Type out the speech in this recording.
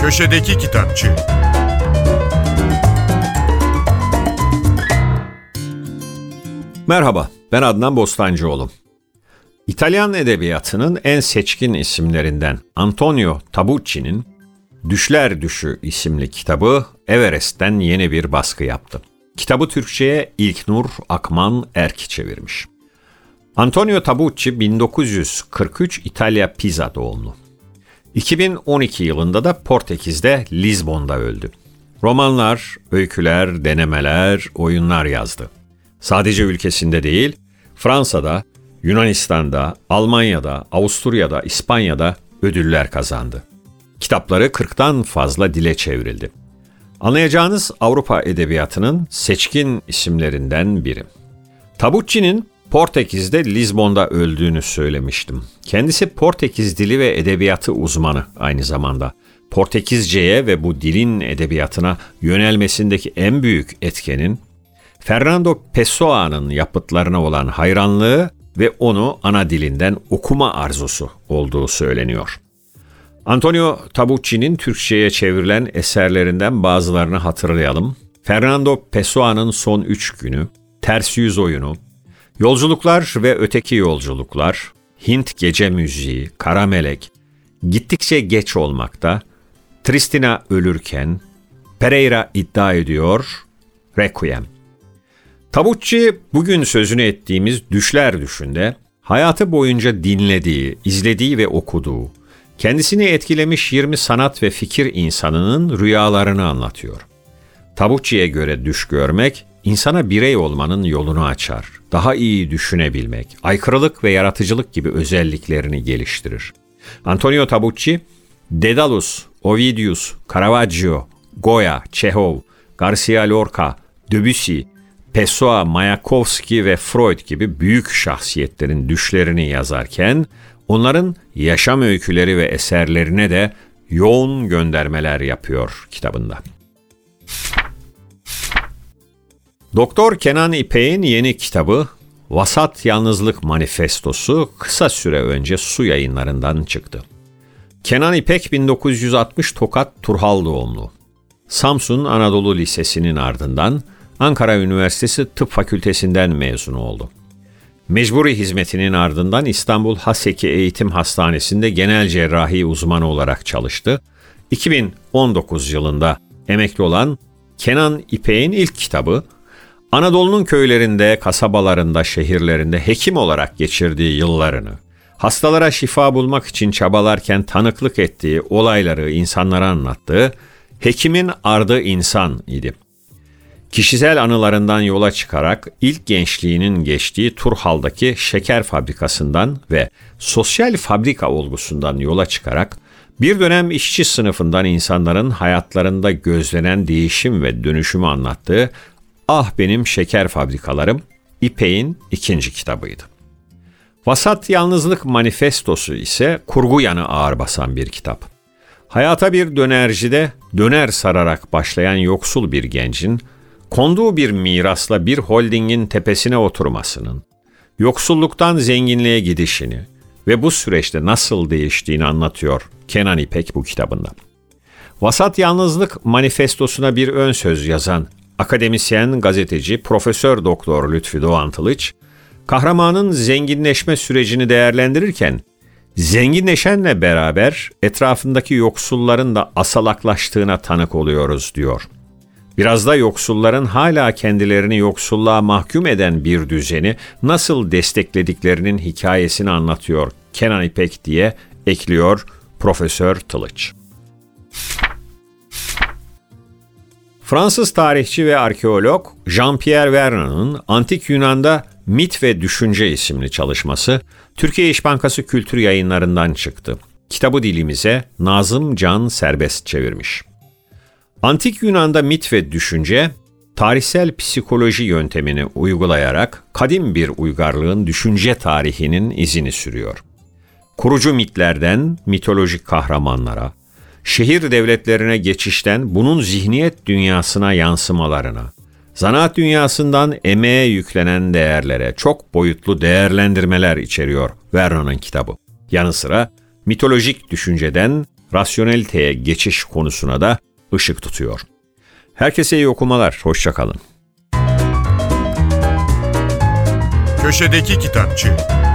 Köşedeki Kitapçı. Merhaba, ben Adnan Bostancıoğlu. İtalyan edebiyatının en seçkin isimlerinden Antonio Tabucci'nin Düşler Düşü isimli kitabı Everest'ten yeni bir baskı yaptı. Kitabı Türkçe'ye İlknur Akman Erk çevirmiş. Antonio Tabucci 1943 İtalya Pisa doğumlu. 2012 yılında da Portekiz'de Lizbon'da öldü. Romanlar, öyküler, denemeler, oyunlar yazdı. Sadece ülkesinde değil, Fransa'da, Yunanistan'da, Almanya'da, Avusturya'da, İspanya'da ödüller kazandı. Kitapları 40'tan fazla dile çevrildi. Anlayacağınız Avrupa edebiyatının seçkin isimlerinden biri. Tabucci'nin Portekiz'de Lizbon'da öldüğünü söylemiştim. Kendisi Portekiz dili ve edebiyatı uzmanı aynı zamanda. Portekizce'ye ve bu dilin edebiyatına yönelmesindeki en büyük etkenin Fernando Pessoa'nın yapıtlarına olan hayranlığı ve onu ana dilinden okuma arzusu olduğu söyleniyor. Antonio Tabucci'nin Türkçe'ye çevrilen eserlerinden bazılarını hatırlayalım. Fernando Pessoa'nın Son 3 Günü, Ters Yüz Oyunu, Yolculuklar ve Öteki Yolculuklar, Hint Gece Müziği, Kara Melek, Gittikçe Geç Olmakta, Tristina Ölürken, Pereira iddia ediyor, Requiem. Tabucci bugün sözünü ettiğimiz Düşler Düşün'de hayatı boyunca dinlediği, izlediği ve okuduğu, kendisini etkilemiş 20 sanat ve fikir insanının rüyalarını anlatıyor. Tabucci'ye göre düş görmek, insana birey olmanın yolunu açar, daha iyi düşünebilmek, aykırılık ve yaratıcılık gibi özelliklerini geliştirir. Antonio Tabucci, Dedalus, Ovidius, Caravaggio, Goya, Çehov, Garcia Lorca, Debussy, Pessoa, Mayakovsky ve Freud gibi büyük şahsiyetlerin düşlerini yazarken, onların yaşam öyküleri ve eserlerine de yoğun göndermeler yapıyor kitabında. Doktor Kenan İpek'in yeni kitabı Vasat Yalnızlık Manifestosu kısa süre önce Su Yayınlarından çıktı. Kenan İpek 1960 Tokat Turhal doğumlu. Samsun Anadolu Lisesi'nin ardından Ankara Üniversitesi Tıp Fakültesinden mezun oldu. Mecburi hizmetinin ardından İstanbul Haseki Eğitim Hastanesi'nde genel cerrahi uzmanı olarak çalıştı. 2019 yılında emekli olan Kenan İpek'in ilk kitabı, Anadolu'nun köylerinde, kasabalarında, şehirlerinde hekim olarak geçirdiği yıllarını, hastalara şifa bulmak için çabalarken tanıklık ettiği olayları insanlara anlattığı Hekimin Ardı İnsan idi. Kişisel anılarından yola çıkarak ilk gençliğinin geçtiği Turhal'daki şeker fabrikasından ve sosyal fabrika olgusundan yola çıkarak bir dönem işçi sınıfından insanların hayatlarında gözlenen değişim ve dönüşümü anlattığı Ah Benim Şeker Fabrikalarım, İpek'in ikinci kitabıydı. Vasat Yalnızlık Manifestosu ise kurgu yanı ağır basan bir kitap. Hayata bir dönercide döner sararak başlayan yoksul bir gencin, konduğu bir mirasla bir holdingin tepesine oturmasının, yoksulluktan zenginliğe gidişini ve bu süreçte nasıl değiştiğini anlatıyor Kenan İpek bu kitabında. Vasat Yalnızlık Manifestosuna bir ön söz yazan akademisyen, gazeteci, Profesör Doktor Lütfi Doğan Tılıç, kahramanın zenginleşme sürecini değerlendirirken, zenginleşenle beraber etrafındaki yoksulların da asalaklaştığına tanık oluyoruz diyor. Biraz da yoksulların hala kendilerini yoksulluğa mahkum eden bir düzeni nasıl desteklediklerinin hikayesini anlatıyor Kenan İpek diye ekliyor Profesör Tılıç. Fransız tarihçi ve arkeolog Jean-Pierre Vernant'ın Antik Yunan'da Mit ve Düşünce isimli çalışması Türkiye İş Bankası Kültür Yayınlarından çıktı. Kitabı dilimize Nazım Can Serbest çevirmiş. Antik Yunan'da mit ve düşünce, tarihsel psikoloji yöntemini uygulayarak kadim bir uygarlığın düşünce tarihinin izini sürüyor. Kurucu mitlerden mitolojik kahramanlara, şehir devletlerine geçişten bunun zihniyet dünyasına yansımalarına, zanaat dünyasından emeğe yüklenen değerlere çok boyutlu değerlendirmeler içeriyor Vernon'un kitabı. Yanı sıra mitolojik düşünceden rasyoneliteye geçiş konusuna da ışık tutuyor. Herkese iyi okumalar, hoşça kalın. Köşedeki Kitapçı.